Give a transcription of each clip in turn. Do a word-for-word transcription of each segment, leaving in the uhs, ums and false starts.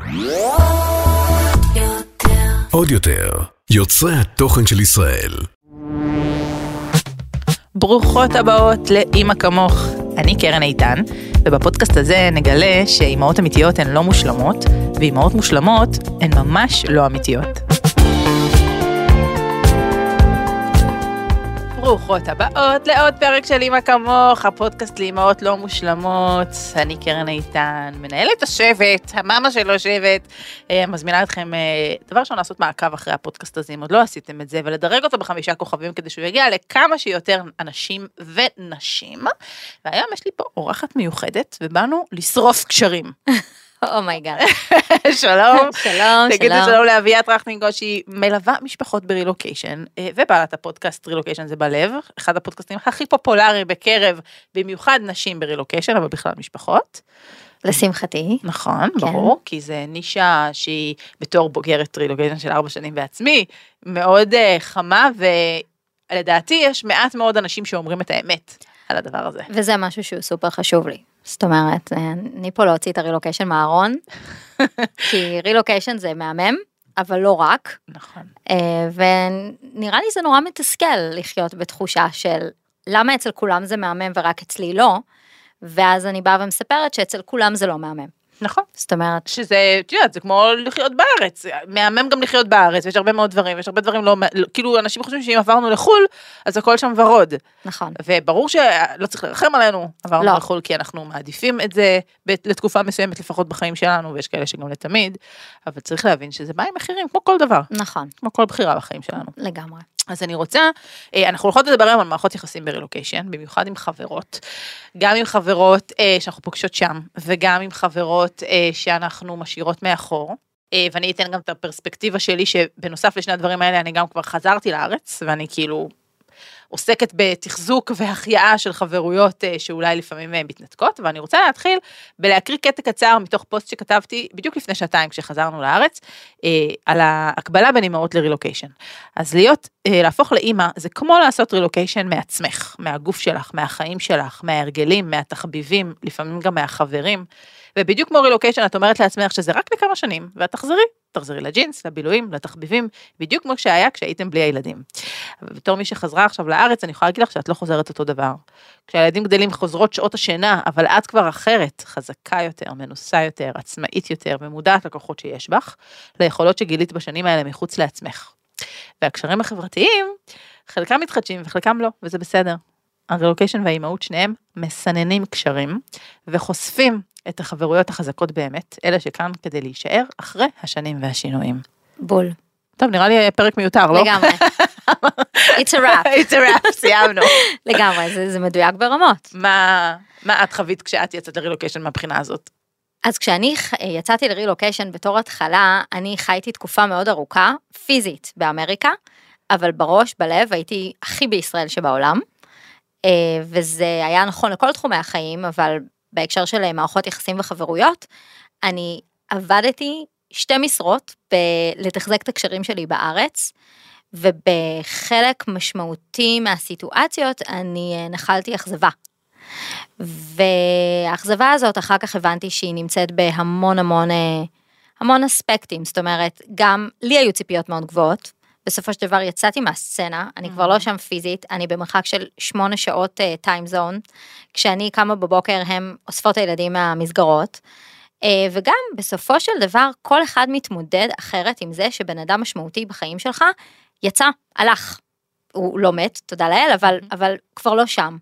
עוד יותר, יוצרי התוכן של ישראל. ברוכות הבאות לאמא כמוך. אני קרן איתן, ובפודקאסט הזה נגלה שאימהות אמיתיות הן לא מושלמות, ואימהות מושלמות הן ממש לא אמיתיות. ברוכות הבאות לעוד פרק של אמא כמוך, הפודקאסט לאמהות לא מושלמות. אני קרן איתן, מנהלת השבט, המאמה של השבט, מזמינה אתכם דבר ראשון לעשות מעקב אחרי הפודקאסט הזה, אם עוד לא עשיתם את זה, ולדרג אותו בחמישה כוכבים כדי שהוא יגיע לכמה שיותר אנשים ונשים. והיום יש לי פה אורחת מיוחדת, ובאנו לשרוף קשרים. אומייגאד. שלום. שלום, תגידו שלום לאביעד טרכטנגוט, שהיא מלווה משפחות ברילוקיישן, ובעלת הפודקאסט רילוקיישן זה בלב, אחד הפודקאסטים הכי פופולרי בקרב, במיוחד נשים ברילוקיישן, אבל בכלל משפחות. לשמחתי. נכון, ברור, כי זה נישה שהיא בתור בוגרת רילוקיישן של ארבע שנים בעצמי, מאוד חמה, ולדעתי יש מעט מאוד אנשים שאומרים את האמת על הדבר הזה. וזה משהו שהוא סופר חשוב לי. זאת אומרת, אני פה להוציא את הרילוקיישן מהארון, כי רילוקיישן זה מהמם, אבל לא רק. נכון. ונראה לי זה נורא מתסכל לחיות בתחושה של למה אצל כולם זה מהמם ורק אצלי לא, ואז אני באה ומספרת שאצל כולם זה לא מהמם. נכון. זאת אומרת, שזה, את יודעת, זה כמו לחיות בארץ, מהמם גם לחיות בארץ, ויש הרבה מאוד דברים, ויש הרבה דברים לא, כאילו אנשים חושבים שאם עברנו לחול, אז הכל שם ורוד. נכון. וברור שלא צריך לרחם עלינו, עברנו לא. לחול, כי אנחנו מעדיפים את זה לתקופה מסוימת, לפחות בחיים שלנו, ויש כאלה שגם לתמיד, אבל צריך להבין שזה בא עם מחירים, כמו כל דבר. נכון. כמו כל בחירה בחיים שלנו. לגמרי. אז אני רוצה, אנחנו הולכות לדבר היום על מערכות יחסים ברילוקיישן, במיוחד עם חברות, גם עם חברות שאנחנו פוגשות שם, וגם עם חברות שאנחנו משאירות מאחור, ואני אתן גם את הפרספקטיבה שלי, שבנוסף לשני הדברים האלה, אני גם כבר חזרתי לארץ, ואני כאילו עוסקת בתחזוק והחייאה של חברויות שאולי לפעמים מתנתקות, ואני רוצה להתחיל בלהקריא קטע קצר מתוך פוסט שכתבתי בדיוק לפני שעתיים כשחזרנו לארץ, על ההקבלה בין אימהות לרילוקיישן. אז להיות, להפוך לאימא, זה כמו לעשות רילוקיישן מעצמך, מהגוף שלך, מהחיים שלך, מההרגלים, מהתחביבים, לפעמים גם מהחברים, ובדיוק כמו רילוקיישן, את אומרת לעצמך שזה רק לכמה שנים, ואת תחזרי, תחזרי לג'ינס, לבילויים, לתחביבים, בדיוק כמו שהיה כשהייתם בלי הילדים. ובתור מי שחזרה עכשיו לארץ, אני יכולה להגיד לך שאת לא חוזרת אותו דבר. כשהילדים גדלים חוזרות שעות השינה, אבל את כבר אחרת, חזקה יותר, מנוסה יותר, עצמאית יותר, ומודעת לכוחות שיש בך, ליכולות שגילית בשנים האלה מחוץ לעצמך. והקשרים החברתיים, חלקם מתחדשים וחלקם לא, וזה בסדר. הרילוקיישן והאימהות שניהם מסננים קשרים, וחושפים את החברויות החזקות באמת, אלה שכאן כדי להישאר אחרי השנים והשינויים. בול. טוב, נראה לי פרק מיותר, לא? לגמרי. It's a wrap. It's a wrap, סיימנו. לגמרי, זה, זה מדויק ברמות. מה, מה את חווית כשאת יצאת לרילוקיישן מהבחינה הזאת? אז כשאני יצאתי לרילוקיישן בתור התחלה, אני חייתי תקופה מאוד ארוכה, פיזית באמריקה, אבל בראש, בלב, הייתי הכי בישראל שבעולם, וזה היה נכון לכל תחומי החיים, אבל בהקשר של מערכות יחסים וחברויות, אני עבדתי שתי משרות לתחזק את הקשרים שלי בארץ, ובחלק משמעותי מהסיטואציות אני נחלתי אכזבה. והאכזבה הזאת אחר כך הבנתי שהיא נמצאת בהמון המון, המון אספקטים, זאת אומרת, גם לי היו ציפיות מאוד גבוהות, בסופו של דבר יצאתי מהסצנה, אני כבר לא שם פיזית, אני במרחק של שמונה שעות טיים זון, כשאני קמה בבוקר הם אוספות הילדים מהמסגרות, וגם בסופו של דבר כל אחד מתמודד אחרת עם זה שבן אדם משמעותי בחיים שלך יצא, הלך, הוא לא מת, תודה לאל, אבל, אבל כבר לא שם.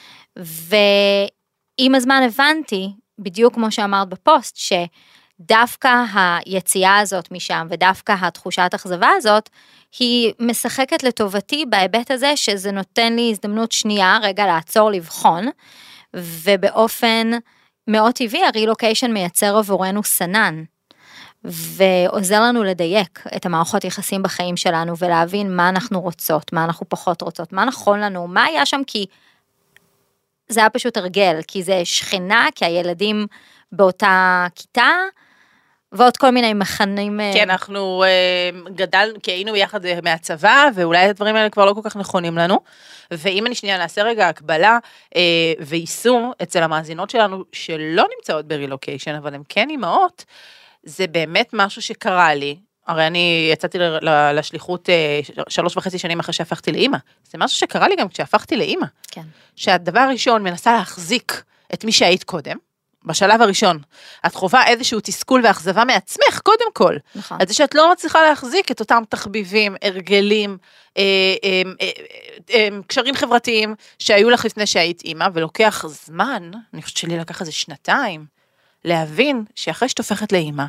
ועם הזמן הבנתי, בדיוק כמו שאמרת בפוסט, שדווקא היציאה הזאת משם, ודווקא התחושת אכזבה הזאת, היא משחקת לטובתי בהיבט הזה, שזה נותן לי הזדמנות שנייה, רגע לעצור לבחון, ובאופן מאוד טבעי, הרילוקיישן מייצר עבורנו סנן, ועוזר לנו לדייק את המערכות יחסים בחיים שלנו, ולהבין מה אנחנו רוצות, מה אנחנו פחות רוצות, מה נכון לנו, מה היה שם, כי זה היה פשוט הרגל, כי זה שכנה, כי הילדים באותה כיתה, ועוד כל מיני מכנים. כן, אנחנו גדלנו, כי היינו ביחד מהצבא, ואולי הדברים האלה כבר לא כל כך נכונים לנו, ואם אני שנייה נעשה רגע הקבלה, ויישום אצל המאזינות שלנו, שלא נמצאות ברילוקיישן, אבל הן כן אימהות, זה באמת משהו שקרה לי, הרי אני יצאתי לשליחות שלוש וחצי שנים אחרי שהפכתי לאמא, זה משהו שקרה לי גם כשהפכתי לאמא, כן. שהדבר הראשון מנסה להחזיק את מי שהיית קודם, בשלב הראשון, את חובה איזשהו תסכול ואכזבה מעצמך, קודם כל. נכון. אז זה שאת לא מצליחה להחזיק את אותם תחביבים, הרגלים, אה, אה, אה, אה, קשרים חברתיים, שהיו לך לפני שהיית אימא, ולוקח זמן, אני חושבת שלי לקח איזה שנתיים, להבין שאחרי שאת הופכת לאימא,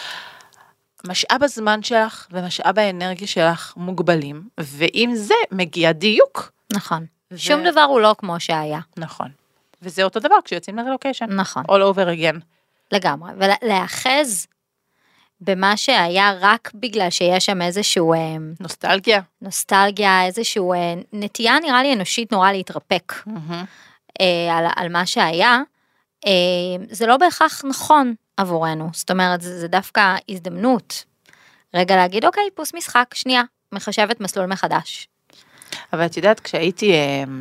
משאב הזמן שלך ומשאב האנרגיה שלך מוגבלים, ועם זה מגיע דיוק. נכון. ו... שום דבר הוא לא כמו שהיה. נכון. וזה אותו דבר כשיוצאים לרילוקיישן. נכון. All over again. לגמרי. ולהאחז במה שהיה רק בגלל שיש שם איזשהו... נוסטלגיה. נוסטלגיה, איזשהו נטייה נראה לי אנושית נורא להתרפק Mm-hmm. על, על מה שהיה. זה לא בהכרח נכון עבורנו. זאת אומרת, זה, זה דווקא הזדמנות. רגע להגיד, אוקיי, פוס משחק, שנייה, מחשבת מסלול מחדש. אבל את יודעת, כשהייתי...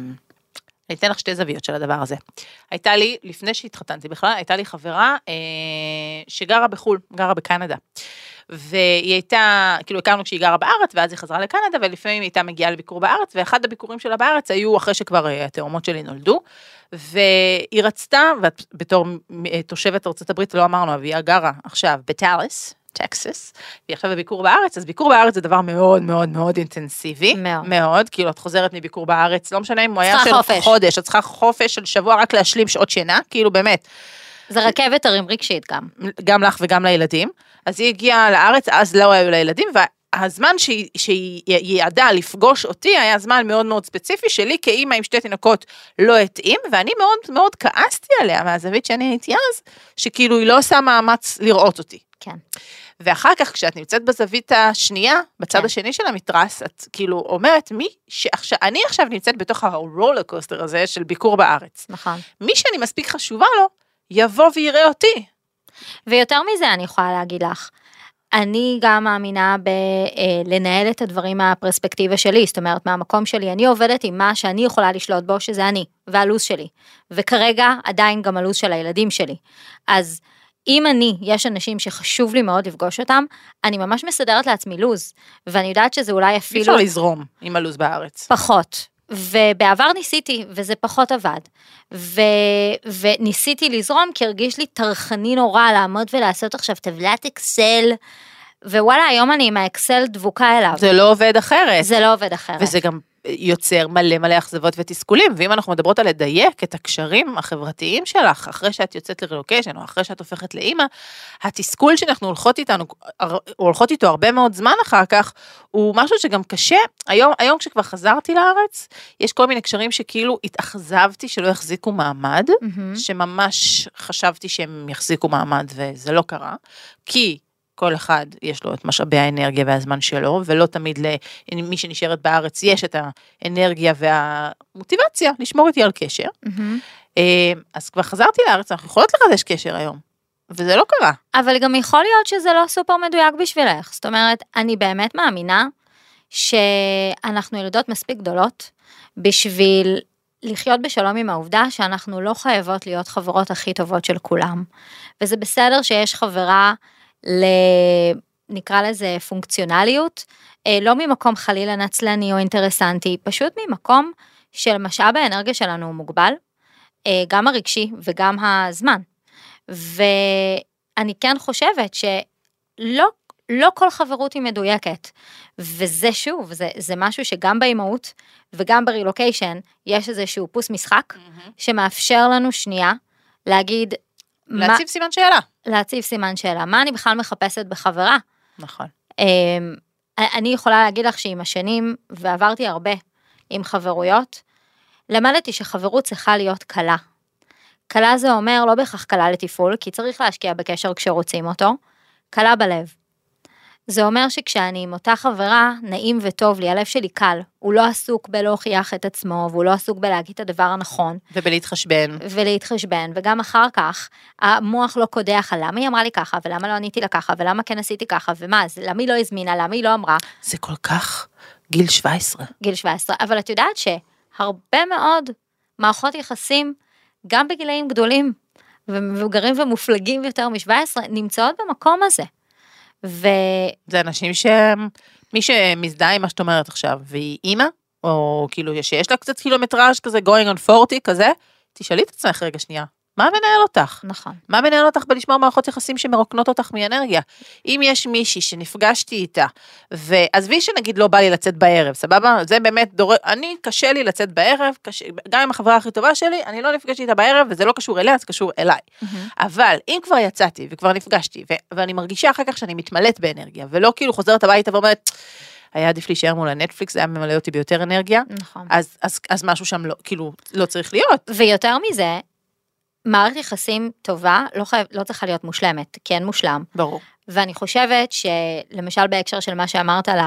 אני אתן לך שתי זוויות של הדבר הזה. הייתה לי, לפני שהתחתנתי בכלל, הייתה לי חברה אה, שגרה בחול, גרה בקנדה. והיא הייתה, כאילו הכרנו כשהיא גרה בארץ, ואז היא חזרה לקנדה, ולפעמים היא הייתה מגיעה לביקור בארץ, ואחד הביקורים שלה בארץ היו אחרי שכבר התאומות שלי נולדו, והיא רצתה, ובתור תושבת ארצות הברית לא אמרנו, אבל היא גרה עכשיו בטאלס, טקסס, והיא עכשיו בביקור בארץ, אז ביקור בארץ זה דבר מאוד מאוד מאוד אינטנסיבי, מאוד, מאוד כאילו את חוזרת מביקור בארץ, לא משנה אם הוא היה של חופש. חודש, את צריכה חופש של שבוע רק להשלים שעות שינה, כאילו באמת. זה רכבת הרים רגשית גם. גם לך וגם לילדים, אז היא הגיעה לארץ, אז לא היו לילדים, והזמן שהיא, שהיא יעדה לפגוש אותי, היה זמן מאוד מאוד ספציפי, שלי כאימא עם שתי תינוקות לא התאים, ואני מאוד מאוד כעסתי עליה, מהזווית שאני הייתי אז, שכאילו היא לא עושה מאמץ לראות אותי. כן. ואחר כך, כשאת נמצאת בזווית השנייה, בצד כן. השני של המתרס, את כאילו אומרת, מי שעכשיו, אני עכשיו נמצאת בתוך הרולר קוסטר הזה, של ביקור בארץ. נכון. מי שאני מספיק חשובה לו, יבוא ויראה אותי. ויותר מזה אני יכולה להגיד לך, אני גם מאמינה בלנהל את הדברים מהפרספקטיבה שלי, זאת אומרת, מהמקום שלי, אני עובדת עם מה שאני יכולה לשלוט בו, שזה אני, והלו"ז שלי. וכרגע עדיין גם הלו"ז של הילדים שלי. אז אם אני, יש אנשים שחשוב לי מאוד לפגוש אותם, אני ממש מסדרת לעצמי לו"ז, ואני יודעת שזה אולי אפילו... אפשר לזרום עם הלו"ז בארץ. פחות. ובעבר ניסיתי, וזה פחות עבד. ו... וניסיתי לזרום, כי הרגיש לי תרחני נורא לעמוד ולעשות עכשיו טבלת אקסל, ווואלה, היום אני עם האקסל דבוקה אליו. זה לא עובד אחרת. זה לא עובד אחרת. וזה גם יוצר מלא מלא אכזבות ותסכולים, ואם אנחנו מדברות על לדייק את הקשרים החברתיים שלך, אחרי שאת יוצאת לרילוקיישן, או אחרי שאת הופכת לאמא, התסכול שאנחנו הולכות איתנו, הולכות איתו הרבה מאוד זמן אחר כך, הוא משהו שגם קשה, היום, היום כשכבר חזרתי לארץ, יש כל מיני קשרים שכאילו התאכזבתי שלא יחזיקו מעמד, mm-hmm. שממש חשבתי שהם יחזיקו מעמד, וזה לא קרה, כי כל אחד יש לו את משאבי האנרגיה והזמן שלו, ולא תמיד למי שנשארת בארץ יש את האנרגיה והמוטיבציה לשמור איתי על קשר. Mm-hmm. אז כבר חזרתי לארץ, אנחנו יכולות לחדש קשר היום, וזה לא קרה. אבל גם יכול להיות שזה לא סופר מדויק בשבילך, זאת אומרת, אני באמת מאמינה שאנחנו ילדות מספיק גדולות, בשביל לחיות בשלום עם העובדה שאנחנו לא חייבות להיות חברות הכי טובות של כולם, וזה בסדר שיש חברה, ל... נקרא לזה פונקציונליות, לא ממקום חלילה נצלני או אינטרסנטי, פשוט ממקום של משאב האנרגיה שלנו הוא מוגבל, גם הרגשי וגם הזמן. ואני כן חושבת שלא לא כל חברות היא מדויקת, וזה שוב, זה, זה משהו שגם באימהות וגם ברילוקיישן, יש איזשהו פוס משחק, mm-hmm. שמאפשר לנו שנייה להגיד, להציב מה, סימן שאלה. להציב סימן שאלה. מה אני בכלל מחפשת בחברה? נכון. אני יכולה להגיד לך שעם השנים, ועברתי הרבה עם חברויות, למדתי שחברות צריכה להיות קלה. קלה זה אומר לא בהכרח קלה לתפעול, כי צריך להשקיע בקשר כשרוצים אותו, קלה בלב. זה אומר שכשאני עם אותה חברה, נעים וטוב לי, הלב שלי קל, הוא לא עסוק בלהוכיח את עצמו, והוא לא עסוק בלהגיד את הדבר הנכון. ובלהתחשבן. ולהתחשבן, וגם אחר כך, המוח לא קודח על למה היא אמרה לי ככה, ולמה לא עניתי לה ככה, ולמה כן עשיתי ככה, ומה, למה היא לא הזמינה, למה היא לא אמרה. זה כל כך גיל שבע עשרה. גיל שבע עשרה, אבל את יודעת שהרבה מאוד מערכות יחסים, גם בגילאים גדולים, ומבוגרים ומופלגים יותר מ-שבע עשרה, נמצאות במקום הזה. ו... זה אנשים ש... מי שמזדהה עם מה שאת אומרת עכשיו, והיא אימא, או כאילו שיש לה קצת קילומטראז' כזה, going on ארבעים כזה, תשאלי את עצמך רגע שנייה, מה מנהל אותך? נכון. מה מנהל אותך בלשמור מערכות יחסים שמרוקנות אותך מאנרגיה? אם יש מישהי שנפגשתי איתה, ועזבי שנגיד לא בא לי לצאת בערב, סבבה? זה באמת דורש, אני קשה לי לצאת בערב, קשה, גם עם החברה הכי טובה שלי, אני לא נפגשתי איתה בערב, וזה לא קשור אליה, זה קשור אליי. Mm-hmm. אבל אם כבר יצאתי, וכבר נפגשתי, ו- ואני מרגישה אחר כך שאני מתמלאת באנרגיה, ולא כאילו חוזרת הביתה ואומרת, היה עדיף להישאר מול הנטפליקס, זה היה ממלא אותי ביותר אנרגיה, נכון. אז, אז, אז משהו שם לא, כאילו, לא צריך להיות. ויותר מזה, מערכת יחסים טובה, לא, חייב, לא צריכה להיות מושלמת, כי אין מושלם. ברור. ואני חושבת שלמשל בהקשר של מה שאמרת על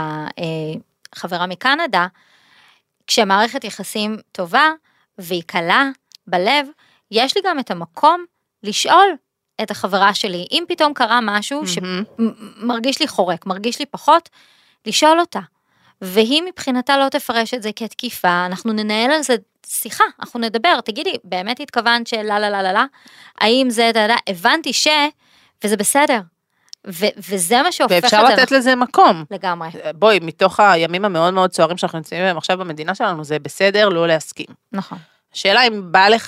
החברה מקנדה, כשמערכת יחסים טובה והיא קלה בלב, יש לי גם את המקום לשאול את החברה שלי, אם פתאום קרה משהו mm-hmm. שמרגיש לי חורק, מרגיש לי פחות, לשאול אותה. והיא מבחינתה לא תפרש את זה כתקיפה, אנחנו ננהל על זה שיחה, אנחנו נדבר, תגידי, באמת התכוונת של לה לה לה לה לה, האם זה, אתה יודע, הבנתי ש, וזה בסדר, ו- וזה מה שהופך את זה. ואפשר לתת לזה מקום. לגמרי. בואי, מתוך הימים המאוד מאוד סוערים שאנחנו נמצאים בהם עכשיו במדינה שלנו, זה בסדר לא להסכים. נכון. השאלה אם בא לך,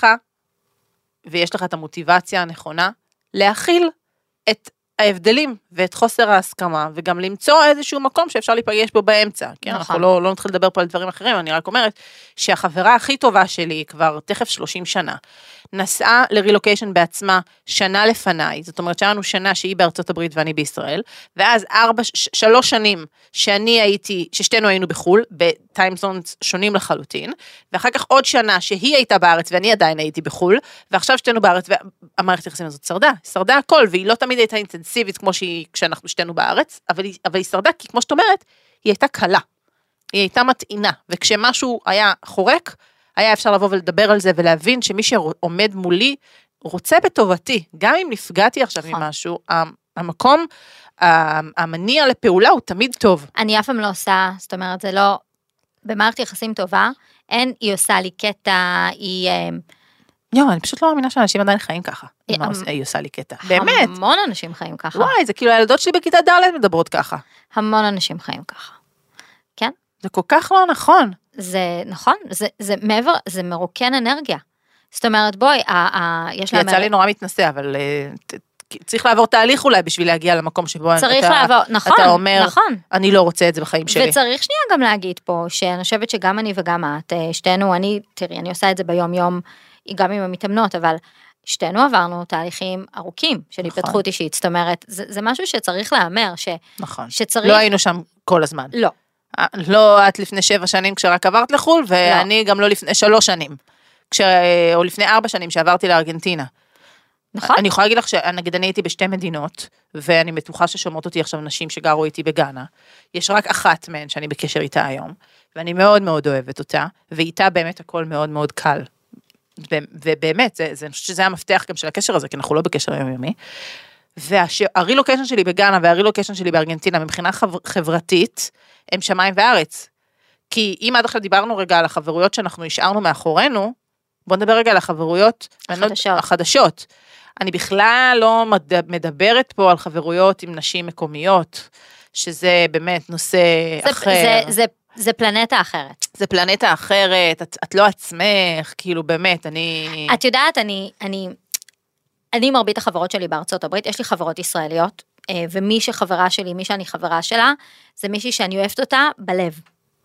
ויש לך את המוטיבציה הנכונה, להכיל את ההבדלים ואת חוסר ההסכמה, וגם למצוא איזשהו מקום שאפשר להיפגש בו באמצע. כן, נכון. אנחנו לא, לא נתחיל לדבר פה על דברים אחרים, אני רק אומרת שהחברה הכי טובה שלי כבר תכף שלושים שנה, נסעה לרילוקיישן בעצמה שנה לפניי, זאת אומרת שהיינו שנה שהיא בארצות הברית ואני בישראל, ואז ארבע, ש- שלוש שנים שאני הייתי, ששתינו היינו בחול, בטיימזונס שונים לחלוטין, ואחר כך עוד שנה שהיא הייתה בארץ ואני עדיין הייתי בחול, ועכשיו שתינו בארץ, והמערכת יחסים הזאת שרדה, שרדה הכל, והיא לא תמיד הייתה אינטנסיבית כמו שהיא, כשאנחנו שתינו בארץ, אבל היא, אבל היא שרדה, כי כמו שאת אומרת, היא הייתה קלה, היא הייתה מתאינה, וכשמשהו היה חורק, היה אפשר לבוא ולדבר על זה, ולהבין שמי שעומד מולי, רוצה בטובתי, גם אם נפגעתי עכשיו ממשהו, המקום, המניע לפעולה הוא תמיד טוב. אני אף פעם לא עושה, זאת אומרת, זה לא, במערכת יחסים טובה, אין, היא עושה לי קטע, היא... יו, אני פשוט לא מאמינה שאנשים עדיין חיים ככה. היא עושה לי קטע. באמת. המון אנשים חיים ככה. וואי, זה כאילו הילדות שלי בכיתה ד' מדברות ככה. המון אנשים חיים ככה. כן? זה כל כך לא נכון. זה נכון, זה, זה מעבר, זה מרוקן אנרגיה. זאת אומרת, בואי, ה, ה, יש לה... יצא לי נורא מתנסה, אבל צריך לעבור תהליך אולי בשביל להגיע למקום שבו צריך אתה, לעבור, נכון, אתה אומר, נכון. אני לא רוצה את זה בחיים שלי. וצריך שנייה גם להגיד פה, שאני חושבת שגם אני וגם את, שתינו, אני, תראי, אני עושה את זה ביום יום, גם עם המתאמנות, אבל שתינו עברנו תהליכים ארוכים של נכון. התפתחות אישית, זאת אומרת, זה, זה משהו שצריך לאמר, ש, נכון. שצריך... לא היינו שם כל הזמן. לא. לא את לפני שבע שנים כשרק עברת לחול, ואני גם לא לפני שלוש שנים, כש... או לפני ארבע שנים שעברתי לארגנטינה. נכון. אני יכולה להגיד לך שנגיד אני הייתי בשתי מדינות, ואני בטוחה ששומעות אותי עכשיו נשים שגרו איתי בגאנה, יש רק אחת מהן שאני בקשר איתה היום, ואני מאוד מאוד אוהבת אותה, ואיתה באמת הכל מאוד מאוד קל. ובאמת, זה, זה, אני חושבת שזה המפתח גם של הקשר הזה, כי אנחנו לא בקשר יומיומי. והרילוקיישן שלי בגאנה והרילוקיישן שלי בארגנטינה, מבחינה חברתית, הם שמיים וארץ. כי אם עד עכשיו דיברנו רגע על החברויות שאנחנו השארנו מאחורינו, בואו נדבר רגע על החברויות החדשות. החדשות. אני בכלל לא מדברת פה על חברויות עם נשים מקומיות, שזה באמת נושא זה, אחר. זה, זה, זה פלנטה אחרת. זה פלנטה אחרת, את, את לא עצמך, כאילו באמת, אני... את יודעת, אני, אני, אני מרבית החברות שלי בארצות הברית, יש לי חברות ישראליות, ומי שחברה שלי, מי שאני חברה שלה, זה מישהי שאני אוהבת אותה בלב.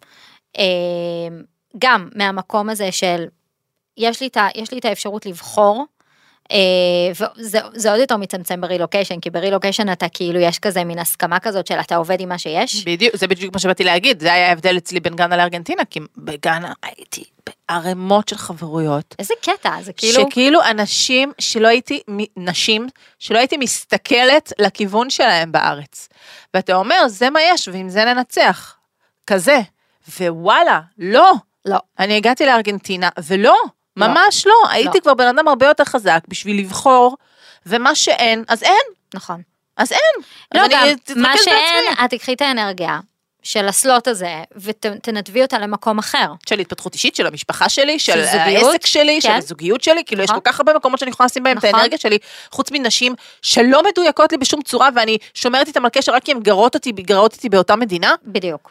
גם מהמקום הזה של, יש לי, יש לי את האפשרות לבחור, וזה זה עוד יותר מצמצם ברילוקיישן, כי ברילוקיישן אתה כאילו, יש כזה מין הסכמה כזאת של אתה עובד עם מה שיש. בדיוק, זה בדיוק מה שבאתי להגיד, זה היה ההבדל אצלי בין גאנה לארגנטינה, כי בגאנה הייתי בערימות של חברויות. איזה קטע, זה כאילו... שכאילו אנשים שלא הייתי, נשים, שלא הייתי מסתכלת לכיוון שלהם בארץ. ואתה אומר, זה מה יש, ועם זה ננצח. כזה. ווואלה, לא. לא. אני הגעתי לארגנטינה, ולא. ממש לא, הייתי כבר בן אדם הרבה יותר חזק בשביל לבחור, ומה שאין, אז אין. נכון. אז אין. לא, גם, מה שאין, את תקחי את האנרגיה, של הסלוט הזה, ותנדבי אותה למקום אחר. של התפתחות אישית, של המשפחה שלי, של, של זוגיות, העסק שלי, כן. של הזוגיות שלי, כאילו נכון. יש כל כך הרבה מקומות שאני יכולה לשים בהם נכון. את האנרגיה שלי, חוץ מנשים שלא מדויקות לי בשום צורה, ואני שומרת איתם על קשר רק כי הן גרות אותי, גרות אותי באותה מדינה. בדיוק.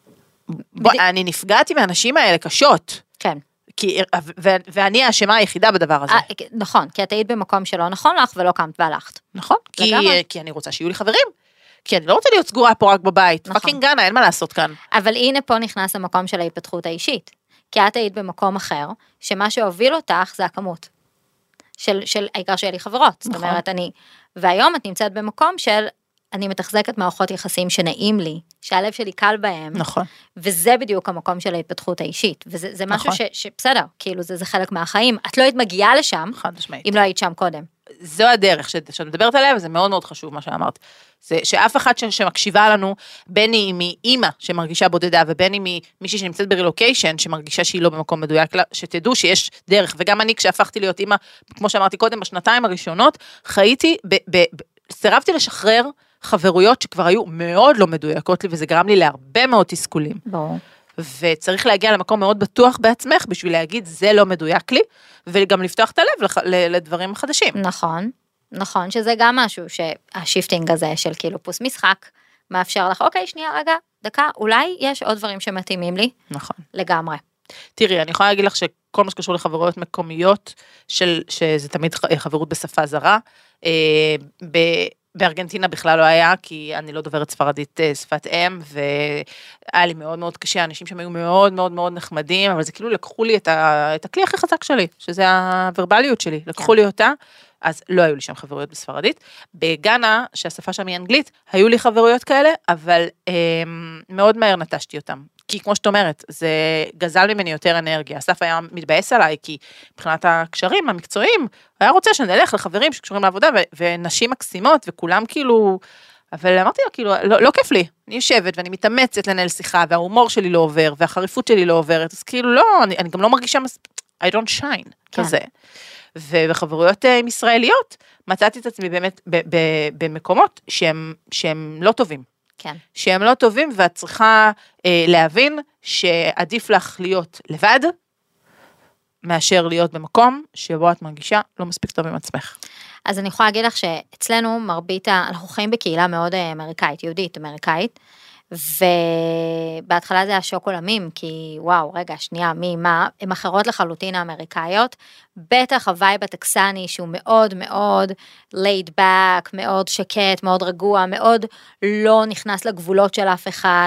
בוא, בדיוק. אני נפגעתי מהנשים האלה קשות. כן. כי, ו, ואני האשמה היחידה בדבר הזה. 아, נכון, כי את היית במקום שלא נכון לך, ולא קמת והלכת. נכון, כי, לגמרי. כי אני רוצה שיהיו לי חברים. כי אני לא רוצה להיות סגורה פה רק בבית. נכון. פאקינג גנה, אין מה לעשות כאן. אבל הנה פה נכנס המקום של ההתפתחות האישית. כי את היית במקום אחר, שמה שהוביל אותך זה הכמות. של, של העיקר שיהיה לי חברות. זאת נכון. אומרת, אני, והיום את נמצאת במקום של, אני מתחזקת מערכות יחסים שנעים לי, שהלב שלי קל בהם. נכון. וזה בדיוק המקום של ההתפתחות האישית. וזה זה משהו נכון. ש, שבסדר, כאילו זה, זה חלק מהחיים. את לא היית מגיעה לשם, חד משמעית. אם לא היית שם קודם. זו הדרך שאת מדברת עליה, וזה מאוד מאוד חשוב מה שאמרת. זה שאף אחד ש, שמקשיבה לנו, בין היא מאימא שמרגישה בודדה, ובין היא מישהי שנמצאת ברילוקיישן, שמרגישה שהיא לא במקום מדויק, שתדעו שיש דרך, וגם אני כשהפכתי להיות אימא, כמו שאמרתי קודם, בשנתיים הראשונות, חייתי, ב, ב, ב, סירבתי לשחרר חברויות שכבר היו מאוד לא מדויקות לי, וזה גרם לי להרבה מאוד תסכולים. ברור. וצריך להגיע למקום מאוד בטוח בעצמך, בשביל להגיד, זה לא מדויק לי, וגם לפתוח את הלב לח, לדברים חדשים. נכון, נכון, שזה גם משהו שהשיפטינג הזה של כאילו פוס משחק, מאפשר לך, אוקיי, שנייה, רגע, דקה, אולי יש עוד דברים שמתאימים לי. נכון. לגמרי. תראי, אני יכולה להגיד לך שכל מה שקשור לחברויות מקומיות, של, שזה תמיד חברות בשפה זרה, אה, ב... בארגנטינה בכלל לא היה, כי אני לא דוברת ספרדית שפת אם, והיה לי מאוד מאוד קשה, אנשים שם היו מאוד מאוד מאוד נחמדים, אבל זה כאילו לקחו לי את, ה, את הכלי הכי חזק שלי, שזה הוורבליות שלי, לקחו כן. לי אותה, אז לא היו לי שם חברויות בספרדית. בגאנה, שהשפה שם היא אנגלית, היו לי חברויות כאלה, אבל אה, מאוד מהר נטשתי אותם. כי כמו שאת אומרת, זה גזל ממני יותר אנרגיה. אסף היה מתבאס עליי, כי מבחינת הקשרים המקצועיים, היה רוצה שנלך לחברים שקשורים לעבודה, ו- ונשים מקסימות, וכולם כאילו, אבל אמרתי לו, כאילו, לא, לא כיף לי. אני יושבת ואני מתאמצת לנהל שיחה, וההומור שלי לא עובר, והחריפות שלי לא עוברת, אז כאילו לא, אני, אני גם לא מרגישה, מס... I don't shine, כן. כזה. ובחברויות עם ישראליות, מצאתי את עצמי באמת ב- ב- במקומות שהם, שהם לא טובים. כן. שהם לא טובים, ואת צריכה אה, להבין שעדיף לך להיות לבד, מאשר להיות במקום שבו את מרגישה לא מספיק טוב עם עצמך. אז אני יכולה להגיד לך שאצלנו מרבית, אנחנו חיים בקהילה מאוד אמריקאית, יהודית אמריקאית, ובהתחלה זה היה שוק עולמים, כי וואו, רגע, שנייה, מי, מה, הן אחרות לחלוטין האמריקאיות, בטח הווייב הטקסני שהוא מאוד מאוד laid back, מאוד שקט, מאוד רגוע, מאוד לא נכנס לגבולות של אף אחד.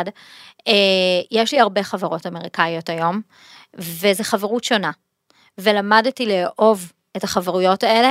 יש לי הרבה חברות אמריקאיות היום, וזו חברות שונה, ולמדתי לאהוב את החברויות האלה,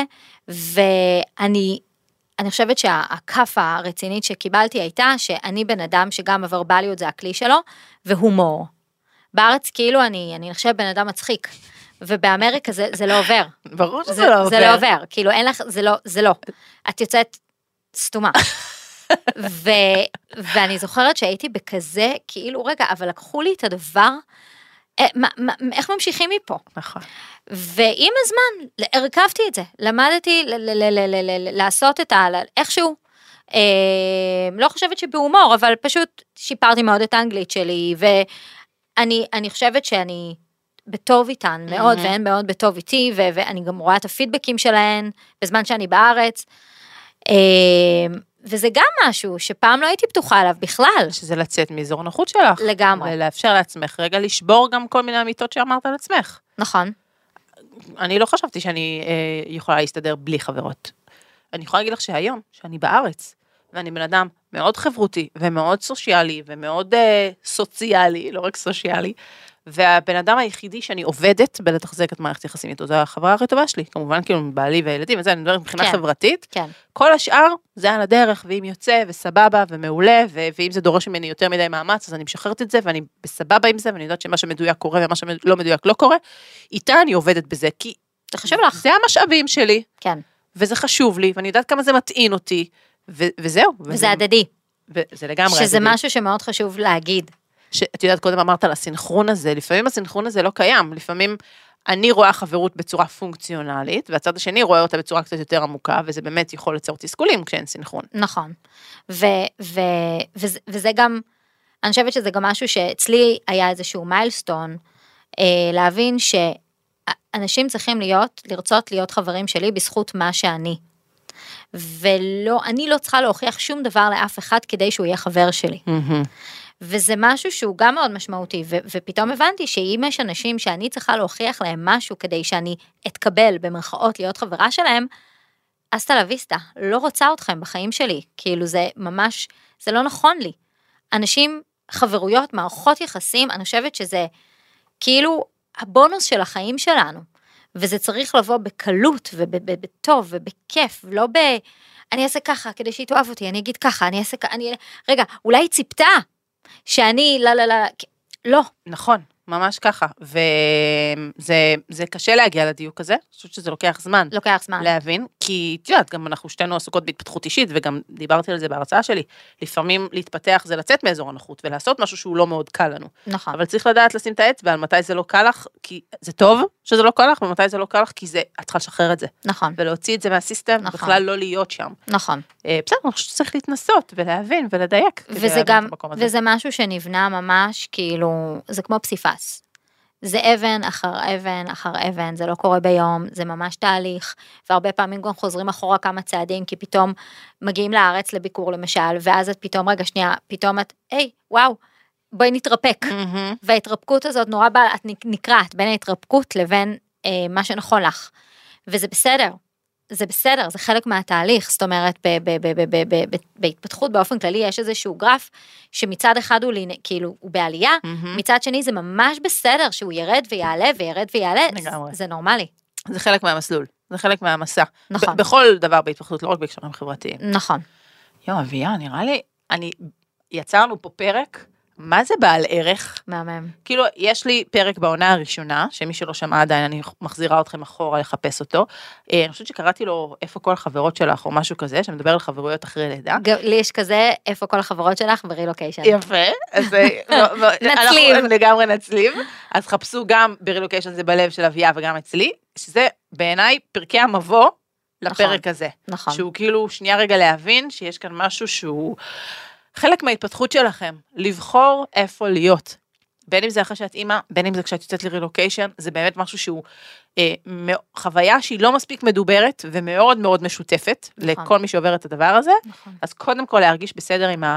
ואני אני חושבת שהכפה הרצינית שקיבלתי הייתה, שאני בן אדם שגם הוורבליות זה הכלי שלו, והומור. בארץ כאילו אני, אני נחשב בן אדם מצחיק, ובאמריקה זה, זה לא עובר. ברור שזה זה, לא עובר. זה לא עובר, כאילו אין לך, זה לא, זה לא. את יוצאת סתומה. ו, ואני זוכרת שהייתי בכזה, כאילו רגע, אבל לקחו לי את הדבר, מה, מה, איך ממשיכים מפה? נכון. ועם הזמן, הרכבתי את זה, למדתי ל- ל- ל- ל- ל- ל- לעשות את ה... איכשהו, אה, לא חושבת שבהומור, אבל פשוט שיפרתי מאוד את האנגלית שלי, ואני אני חושבת שאני בטוב איתן מאוד, והן מאוד בטוב איתי, ו- ואני גם רואה את הפידבקים שלהן, בזמן שאני בארץ, אה, וזה גם משהו שפעם לא הייתי פתוחה עליו בכלל. שזה לצאת מאזור הנוחות שלך. לגמרי. ולאפשר לעצמך רגע לשבור גם כל מיני אמיתות שאמרת על עצמך. נכון. אני לא חשבתי שאני אה, יכולה להסתדר בלי חברות. אני יכולה להגיד לך שהיום, שאני בארץ, ואני בן אדם מאוד חברותי, ומאוד סוציאלי, ומאוד אה, סוציאלי, לא רק סוציאלי, והבן אדם היחידי שאני עובדת בלתחזק את מערכת יחסים איתו, זה החברה הכי טובה שלי, כמובן כאילו בעלי וילדים, וזה אני מדברת מבחינה כן, חברתית, כן. כל השאר זה על הדרך, ואם יוצא וסבבה ומעולה, ו- ואם זה דורש ממני יותר מדי מאמץ, אז אני משחררת את זה, ואני בסבבה עם זה, ואני יודעת שמה שמדויק קורה, ומה שלא מדויק לא קורה, איתה אני עובדת בזה, כי זה חשוב לך. זה המשאבים שלי, כן. וזה חשוב לי, ואני יודעת כמה זה מטעין אותי, ו- וזהו. וזה הדדי. וזה לגמרי שזה הדדי. משהו שמאוד חשוב להגיד. שאת יודעת, קודם אמרת על הסינכרון הזה, לפעמים הסינכרון הזה לא קיים, לפעמים אני רואה חברות בצורה פונקציונלית, והצד השני רואה אותה בצורה קצת יותר עמוקה, וזה באמת יכול ליצור תסכולים כשאין סינכרון. נכון. ו- ו- וזה, וזה גם אני חושבת שזה גם משהו שאצלי היה איזשהו מיילסטון, אה, להבין שאנשים צריכים להיות, לרצות להיות חברים שלי בזכות מה שאני. ולא, אני לא צריכה להוכיח שום דבר לאף אחד כדי שהוא יהיה חבר שלי. Mm-hmm. וזה משהו שהוא גם מאוד משמעותי, ו- ופתאום הבנתי שאם יש אנשים שאני צריכה להוכיח להם משהו כדי שאני אתקבל במרכאות להיות חברה שלהם, אז תלוויסטה, לא רוצה אתכם בחיים שלי, כאילו זה ממש, זה לא נכון לי. אנשים, חברויות, מערכות יחסים, אני חושבת שזה כאילו הבונוס של החיים שלנו, וזה צריך לבוא בקלות ובטוב ובכיף, לא ב... אני אעשה ככה כדי שהיא תאהב אותי, אני אגיד ככה, אני אעשה ככה, אני... רגע, אולי היא ציפתה שאני, לא, לא, לא, לא. נכון, ממש ככה, וזה זה קשה להגיע לדיוק הזה, אני חושבת שזה לוקח זמן. לוקח זמן. להבין, כי את יודעת, גם אנחנו שתינו עסוקות בהתפתחות אישית, וגם דיברתי על זה בהרצאה שלי, לפעמים להתפתח זה לצאת מאזור הנוחות, ולעשות משהו שהוא לא מאוד קל לנו. נכון. אבל צריך לדעת לשים את האצבע על מתי זה לא קל לך, כי זה טוב שזה לא קל לך, ומתי זה לא קל לך, כי זה, את צריכה לשחרר את זה. נכון. ולהוציא את זה מהסיסטם, נכון. בכלל לא להיות שם. נכון. אה, בסדר, אני חושבת שצריך להתנסות, ולהבין, ולדייק. וזה גם, וזה משהו שנבנה ממש, כאילו, זה כמו פסיפס. זה אבן אחר אבן אחר אבן, זה לא קורה ביום, זה ממש תהליך, והרבה פעמים גם חוזרים אחורה כמה צעדים, כי פתאום מגיעים לארץ לביקור למשל, ואז את פתאום, רגע שנייה, פתאום את, היי, וואו, בואי נתרפק, Mm-hmm. וההתרפקות הזאת נורא באה, את נקראת בין ההתרפקות לבין אה, מה שנכון לך, וזה בסדר, זה בסדר, זה חלק מהתהליך, זאת אומרת, ב- ב- ב- ב- ב- ב- בהתפתחות באופן כללי, יש איזשהו גרף, שמצד אחד הוא, כאילו, הוא בעלייה, Mm-hmm. מצד שני זה ממש בסדר, שהוא ירד ויעלה וירד ויעלה, לגמרי. זה נורמלי. זה חלק מהמסלול, זה חלק מהמסע. נכון. ב- בכל דבר בהתפתחות, לא רק בהקשרים חברתיים. נכון. יו, אביה, נראה לי, אני, יצרנו פה פרק, מה זה בעל ערך? מהמם. כאילו, יש לי פרק בעונה הראשונה, שמי שלא שמע עדיין, אני מחזירה אתכם אחורה לחפש אותו. אני חושבת שקראתי לו, איפה כל החברות שלך, או משהו כזה, שמדבר על חברויות אחרי לידה. לי יש כזה, איפה כל החברות שלך ברילוקיישן. יפה, אז נצליב. אנחנו לגמרי נצליב. אז חפשו גם ברילוקיישן, זה בלב של אביה וגם אצלי, שזה בעיניי פרקי המבוא לפרק הזה. נכון. שהוא כאילו, שנייה רגע להבין, שיש כאן משהו שהוא חלק מההתפתחות שלכם, לבחור איפה להיות. בין אם זה אחרי שאת אימא, בין אם זה כשאת יוצאת לרילוקיישן, זה באמת משהו שהוא אה, חוויה שהיא לא מספיק מדוברת, ומאוד מאוד משותפת, נכון. לכל מי שעובר את הדבר הזה. נכון. אז קודם כל להרגיש בסדר עם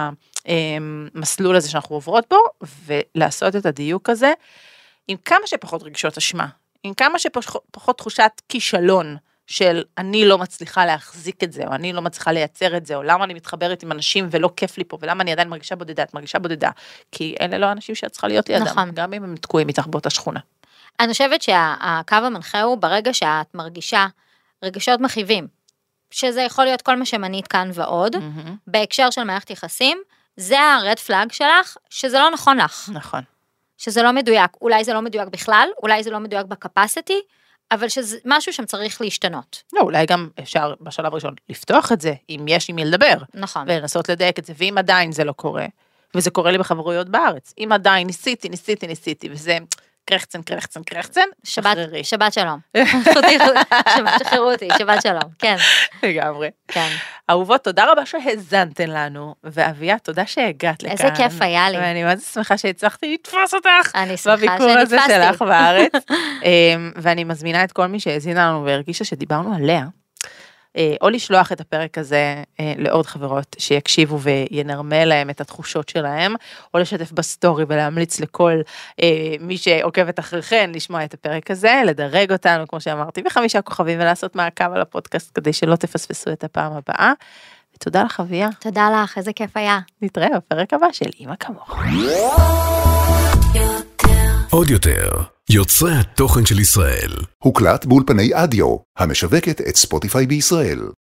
המסלול הזה שאנחנו עוברות בו, ולעשות את הדיוק הזה, עם כמה שפחות רגשות אשמה, עם כמה שפחות תחושת כישלון, של אני לא מצליחה להחזיק את זה, או אני לא מצליחה לייצר את זה, או למה אני מתחברת עם אנשים ולא כיף לי פה, ולמה אני עדיין מרגישה בודדה, את מרגישה בודדה, כי אלה לא האנשים שאת צריכה להיות לידם, נכון. גם אם הם תקועים איתך באותה שכונה. אני חושבת שהקו המנחה הוא ברגע שאת מרגישה רגשות מכאיבים, שזה יכול להיות כל מה שמנית כאן ועוד, mm-hmm. בהקשר של מערכת יחסים, זה הרד פלאג שלך, שזה לא נכון לך. נכון. שזה לא מדויק, אולי זה לא מדויק בכלל, אולי זה לא מדויק בקפסיטי, אבל שזה משהו שם צריך להשתנות. לא, אולי גם אפשר בשלב ראשון לפתוח את זה, אם יש עם מי לדבר. נכון. ולנסות לדייק את זה, ואם עדיין זה לא קורה, וזה קורה לי בחברויות בארץ, אם עדיין ניסיתי, ניסיתי, ניסיתי, וזה קרחצן, קרחצן, קרחצן, שחררי. שבת שלום. שחררו אותי, שבת שלום, כן. לגמרי. כן. אהובות, תודה רבה שהזנתן לנו, ואביה, תודה שהגעת לכאן. איזה כיף היה לי. ואני מאוד שמחה שהצלחתי לתפוס אותך. אני שמחה שנתפסתי. בביקור הזה שלך בארץ. ואני מזמינה את כל מי שהזינה לנו והרגישה שדיברנו עליה, או לשלוח את הפרק הזה לעוד חברות שיקשיבו וינרמל להם את התחושות שלהם, או לשתף בסטורי ולהמליץ לכל מי שעוקבת אחריכן לשמוע את הפרק הזה, לדרג אותנו, כמו שאמרתי, בחמישה כוכבים ולעשות מעקב על הפודקאסט כדי שלא תפספסו את הפעם הבאה. ותודה לך, אביה. תודה לך, איזה כיף היה. נתראה בפרק הבא של אמא כמוך. עוד יותר, יוצרי התוכן של ישראל. הוקלט באולפני אדיו, המשווקת את ספוטיפיי בישראל.